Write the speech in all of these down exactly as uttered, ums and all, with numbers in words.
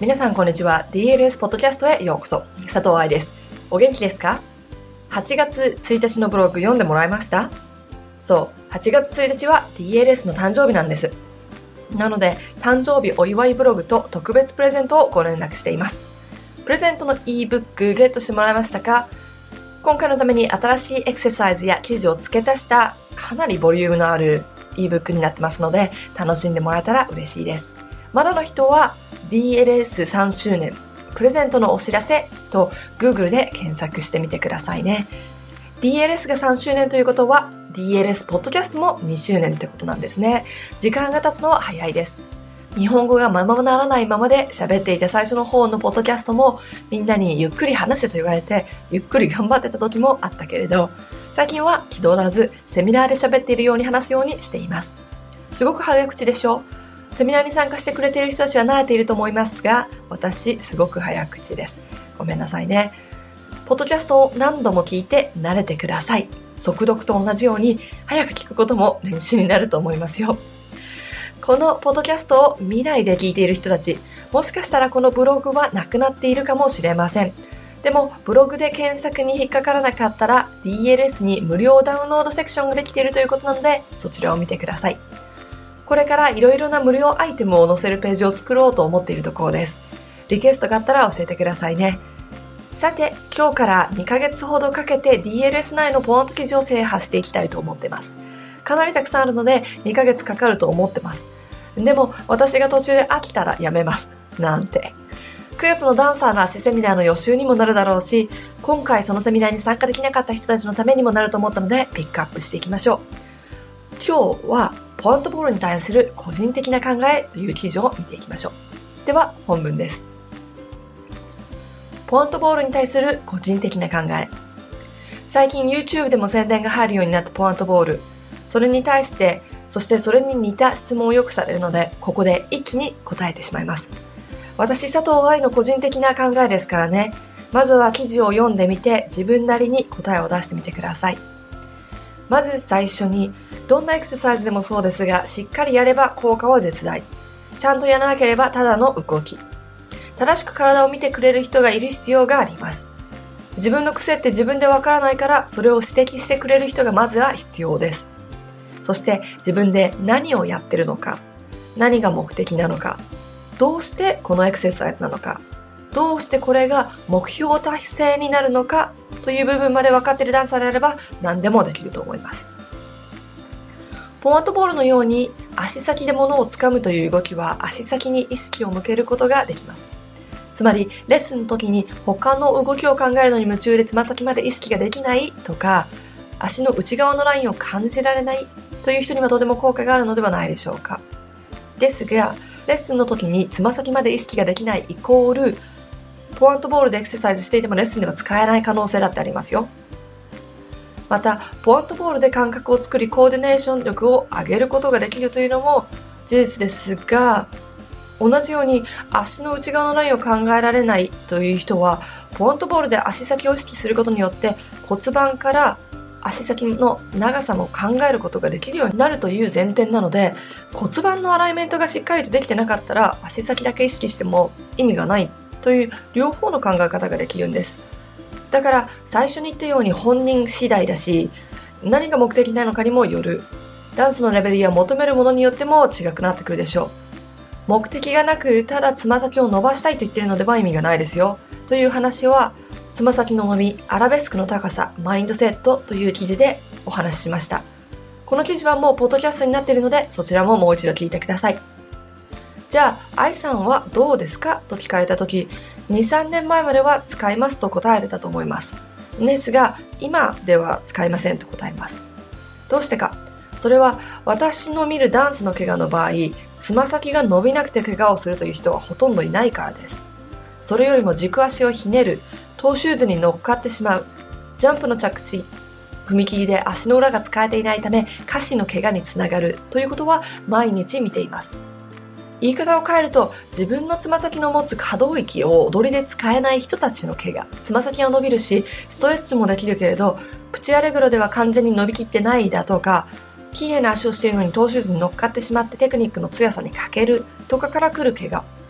皆さんこんにちは。 ディーエルエス ポッドキャストへようこそ。佐藤愛です。お元気ですか？はちがつついたちのブログ読んでもらいました？そう、はちがつついたちは ディーエルエス の誕生日なんです。なので誕生日お祝いブログと特別プレゼントをご連絡しています。プレゼントの ebook ゲットしてもらいましたか？今回のために新しいエクササイズや記事を付け足したかなりボリュームのある ebook になってますので、楽しんでもらえたら嬉しいです。まだの人は ディーエルエスさんしゅうねんプレゼントのお知らせと Google で検索してみてくださいね。 ディーエルエス がさんしゅうねんということは ディーエルエス ポッドキャストもにしゅうねんってことなんですね。時間が経つのは早いです。日本語がままならないままで喋っていた最初の方のポッドキャストもみんなにゆっくり話せと言われてゆっくり頑張ってた時もあったけれど、最近は気取らずセミナーで喋っているように話すようにしています。すごく早口でしょ？セミナーに参加してくれている人たちは慣れていると思いますが、私すごく早口です。ごめんなさいね。ポッドキャストを何度も聞いて慣れてください。速読と同じように早く聞くことも練習になると思いますよ。このポッドキャストを未来で聞いている人たち、もしかしたらこのブログはなくなっているかもしれません。でもブログで検索に引っかからなかったら ディーエルエス に無料ダウンロードセクションができているということなので、そちらを見てください。これからいろいろな無料アイテムを載せるページを作ろうと思っているところです。リクエストがあったら教えてくださいね。さて、今日からにかげつほどかけて ディーエルエス 内のポイント記事を制覇していきたいと思っています。かなりたくさんあるのでにかげつかかると思ってます。でも私が途中で飽きたらやめます。なんて。くがつのダンサーの足セミナーの予習にもなるだろうし、今回そのセミナーに参加できなかった人たちのためにもなると思ったのでピックアップしていきましょう。今日はポイントボールに対する個人的な考えという記事を見ていきましょう。では本文です。ポイントボールに対する個人的な考え。最近 YouTube でも宣伝が入るようになったポイントボール。それに対して、そしてそれに似た質問をよくされるので、ここで一気に答えてしまいます。私佐藤愛の個人的な考えですからね。まずは記事を読んでみて自分なりに答えを出してみてください。まず最初に、どんなエクササイズでもそうですが、しっかりやれば効果は絶大。ちゃんとやらなければただの動き。正しく体を見てくれる人がいる必要があります。自分の癖って自分でわからないから、それを指摘してくれる人がまずは必要です。そして自分で何をやってるのか、何が目的なのか、どうしてこのエクササイズなのか、どうしてこれが目標達成になるのかという部分まで分かっているダンサーであれば何でもできると思います。ポイントボールのように足先で物を掴むという動きは足先に意識を向けることができます。つまりレッスンの時に他の動きを考えるのに夢中でつま先まで意識ができないとか、足の内側のラインを感じられないという人にはとても効果があるのではないでしょうか。ですが、レッスンの時につま先まで意識ができないイコール、ポイントボールでエクササイズしていてもレッスンでは使えない可能性だってありますよ。また、ポイントボールで感覚を作りコーディネーション力を上げることができるというのも事実ですが、同じように足の内側のラインを考えられないという人は、ポイントボールで足先を意識することによって骨盤から足先の長さも考えることができるようになるという前提なので、骨盤のアライメントがしっかりとできてなかったら足先だけ意識しても意味がないという両方の考え方ができるんです。だから最初に言ったように本人次第だし、何が目的なのかにもよる。ダンスのレベルや求めるものによっても違くなってくるでしょう。目的がなくただつま先を伸ばしたいと言っているのでは意味がないですよという話は、つま先の伸び、アラベスクの高さ、マインドセットという記事でお話ししました。この記事はもうポッドキャストになっているので、そちらももう一度聞いてください。じゃあ、愛さんはどうですかと聞かれたとき、に、さんねんまえまでは使いますと答えてたと思います。ですが、今では使いませんと答えます。どうしてか。それは私の見るダンスの怪我の場合、つま先が伸びなくて怪我をするという人はほとんどいないからです。それよりも軸足をひねる、トーシューズに乗っかってしまう、ジャンプの着地、踏み切りで足の裏が使えていないため下肢の怪我につながるということは毎日見ています。言い方を変えると、自分のつま先の持つ可動域を踊りで使えない人たちの怪我、つま先は伸びるしストレッチもできるけれどプチアレグロでは完全に伸びきってないだとか、綺麗な足をしているのにトーシューズに乗っかってしまってテクニックの強さに欠けるとかから来る怪我、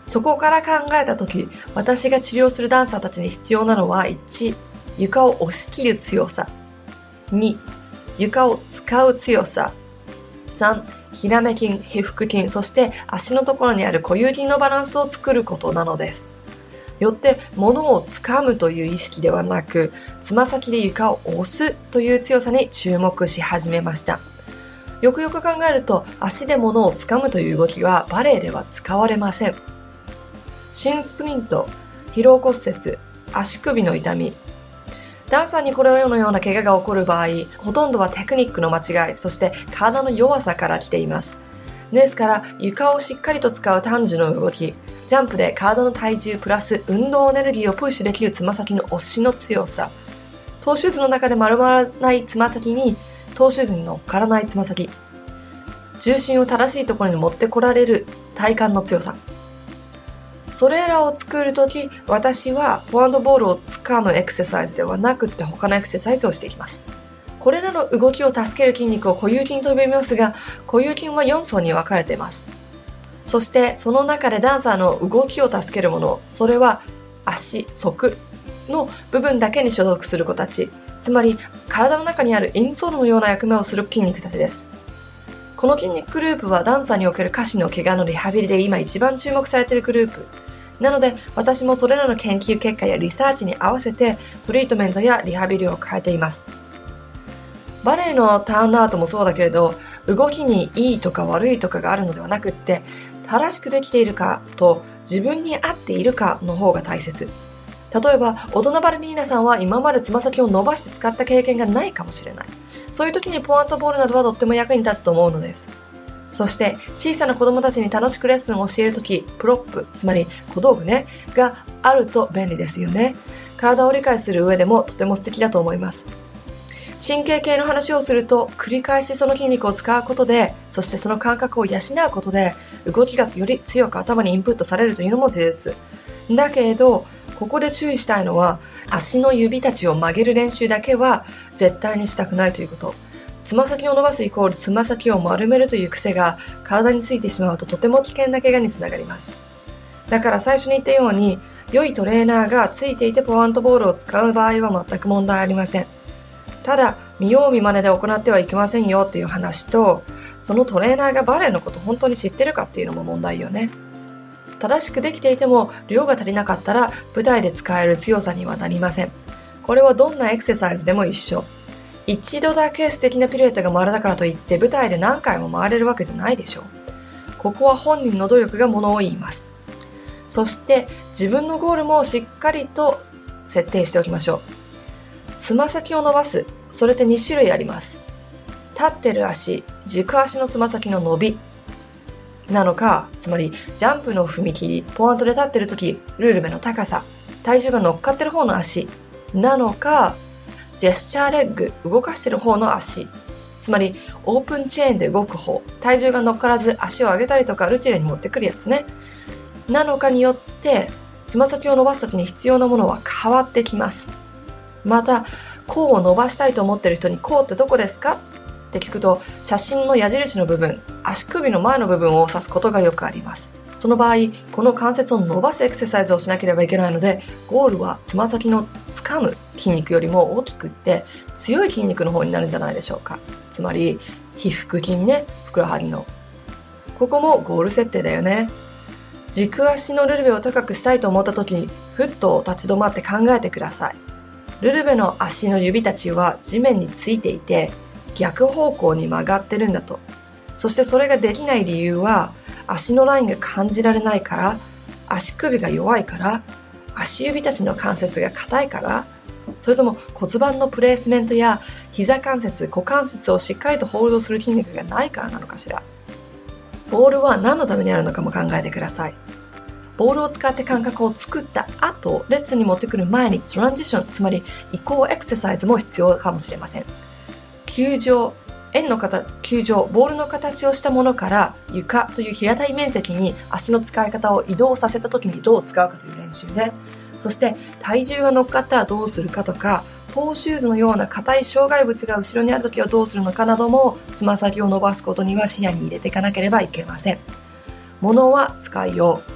そこから考えたとき、私が治療するダンサーたちに必要なのは、いち、床を押し切る強さ。に、床を使う強さ。さん、ひらめ筋、腓腹筋、そして足のところにある固有筋のバランスを作ることなのです。よって、物を掴むという意識ではなく、つま先で床を押すという強さに注目し始めました。よくよく考えると、足で物を掴むという動きはバレエでは使われません。新スプリント、疲労骨折、足首の痛み。ダンサーにこのような怪我が起こる場合、ほとんどはテクニックの間違い、そして体の弱さから来ています。ですから、床をしっかりと使う単純の動き、ジャンプで体の体重プラス運動エネルギーをプッシュできるつま先の押しの強さ、トーシューズの中で丸まらないつま先にトーシューズに乗っからないつま先、重心を正しいところに持ってこられる体幹の強さ。それらを作るとき、私はポアンドボールを掴むエクササイズではなくって他のエクササイズをしていきます。これらの動きを助ける筋肉を固有筋と呼びますが、固有筋はよん層に分かれています。そしてその中でダンサーの動きを助けるもの、それは足、側の部分だけに所属する子たち、つまり体の中にあるインソールのような役目をする筋肉たちです。この筋肉グループはダンサーにおける下肢の怪我のリハビリで今一番注目されているグループ。なので私もそれらの研究結果やリサーチに合わせてトリートメントやリハビリを変えています。バレエのターンアウトもそうだけれど、動きにいいとか悪いとかがあるのではなくって、正しくできているかと自分に合っているかの方が大切。例えば大人バレリーナさんは今までつま先を伸ばして使った経験がないかもしれない。そういう時にポアントボールなどはとっても役に立つと思うのです。そして小さな子供たちに楽しくレッスンを教えるとき、プロップ、つまり小道具ね、があると便利ですよね。体を理解する上でもとても素敵だと思います。神経系の話をすると、繰り返しその筋肉を使うことで、そしてその感覚を養うことで、動きがより強く頭にインプットされるというのも事実。だけど、ここで注意したいのは、足の指たちを曲げる練習だけは絶対にしたくないということ。つま先を伸ばすイコールつま先を丸めるという癖が体についてしまうととても危険な怪我につながります。だから最初に言ったように、良いトレーナーがついていてポアントボールを使う場合は全く問題ありません。ただ、見よう見まねで行ってはいけませんよっていう話と、そのトレーナーがバレエのこと本当に知ってるかっていうのも問題よね。正しくできていても量が足りなかったら舞台で使える強さにはなりません。これはどんなエクササイズでも一緒。一度だけ素敵なピルエットが回るだからといって舞台で何回も回れるわけじゃないでしょう。ここは本人の努力がものを言います。そして自分のゴールもしっかりと設定しておきましょう。つま先を伸ばす、それってに種類あります。立ってる足、軸足のつま先の伸びなのか、つまりジャンプの踏み切り、ポアントで立ってるとき、ルールベの高さ、体重が乗っかってる方の足なのか、ジェスチャーレッグ、動かしてる方の足、つまりオープンチェーンで動く方、体重が乗っからず足を上げたりとかルチレに持ってくるやつね、なのかによってつま先を伸ばすときに必要なものは変わってきます。また、甲を伸ばしたいと思っている人に甲ってどこですかって聞くと、写真の矢印の部分、足首の前の部分を指すことがよくあります。その場合、この関節を伸ばすエクササイズをしなければいけないので、ゴールはつま先の掴む筋肉よりも大きくって強い筋肉の方になるんじゃないでしょうか。つまり腓腹筋ね、ふくらはぎの。ここもゴール設定だよね。軸足のルルベを高くしたいと思った時に、ふっと立ち止まって考えてください。ルルベの足の指たちは地面についていて逆方向に曲がってるんだと。そしてそれができない理由は、足のラインが感じられないから、足首が弱いから、足指たちの関節が硬いから、それとも骨盤のプレースメントや膝関節、股関節をしっかりとホールドする筋肉がないからなのかしら。ボールは何のためにあるのかも考えてください。ボールを使って感覚を作った後、レッスンに持ってくる前にトランジション、つまり移行エクササイズも必要かもしれません。球状、円の形、球状、ボールの形をしたものから床という平たい面積に足の使い方を移動させた時にどう使うかという練習ね。そして体重が乗っかったらどうするかとか、トーシューズのような硬い障害物が後ろにある時はどうするのかなども、つま先を伸ばすことには視野に入れていかなければいけません。物は使いよう。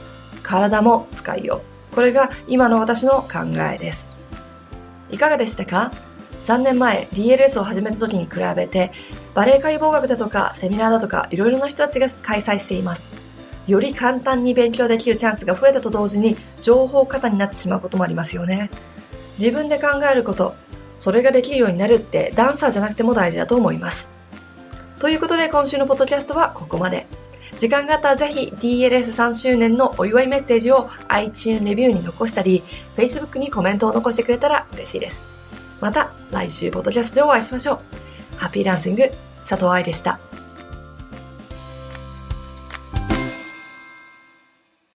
体も使いよう。これが今の私の考えです。いかがでしたか？さんねんまえ ディーエルエス を始めた時に比べて、バレエ解剖学だとかセミナーだとかいろいろな人たちが開催しています。より簡単に勉強できるチャンスが増えたと同時に情報過多になってしまうこともありますよね。自分で考えること、それができるようになるってダンサーじゃなくても大事だと思います。ということで今週のポッドキャストはここまで。時間があったらぜひ ディーエルエスさんしゅうねんのお祝いメッセージを iTunes レビューに残したり Facebook にコメントを残してくれたら嬉しいです。また来週ポッドキャストでお会いしましょう。ハッピーダンシング佐藤愛でした。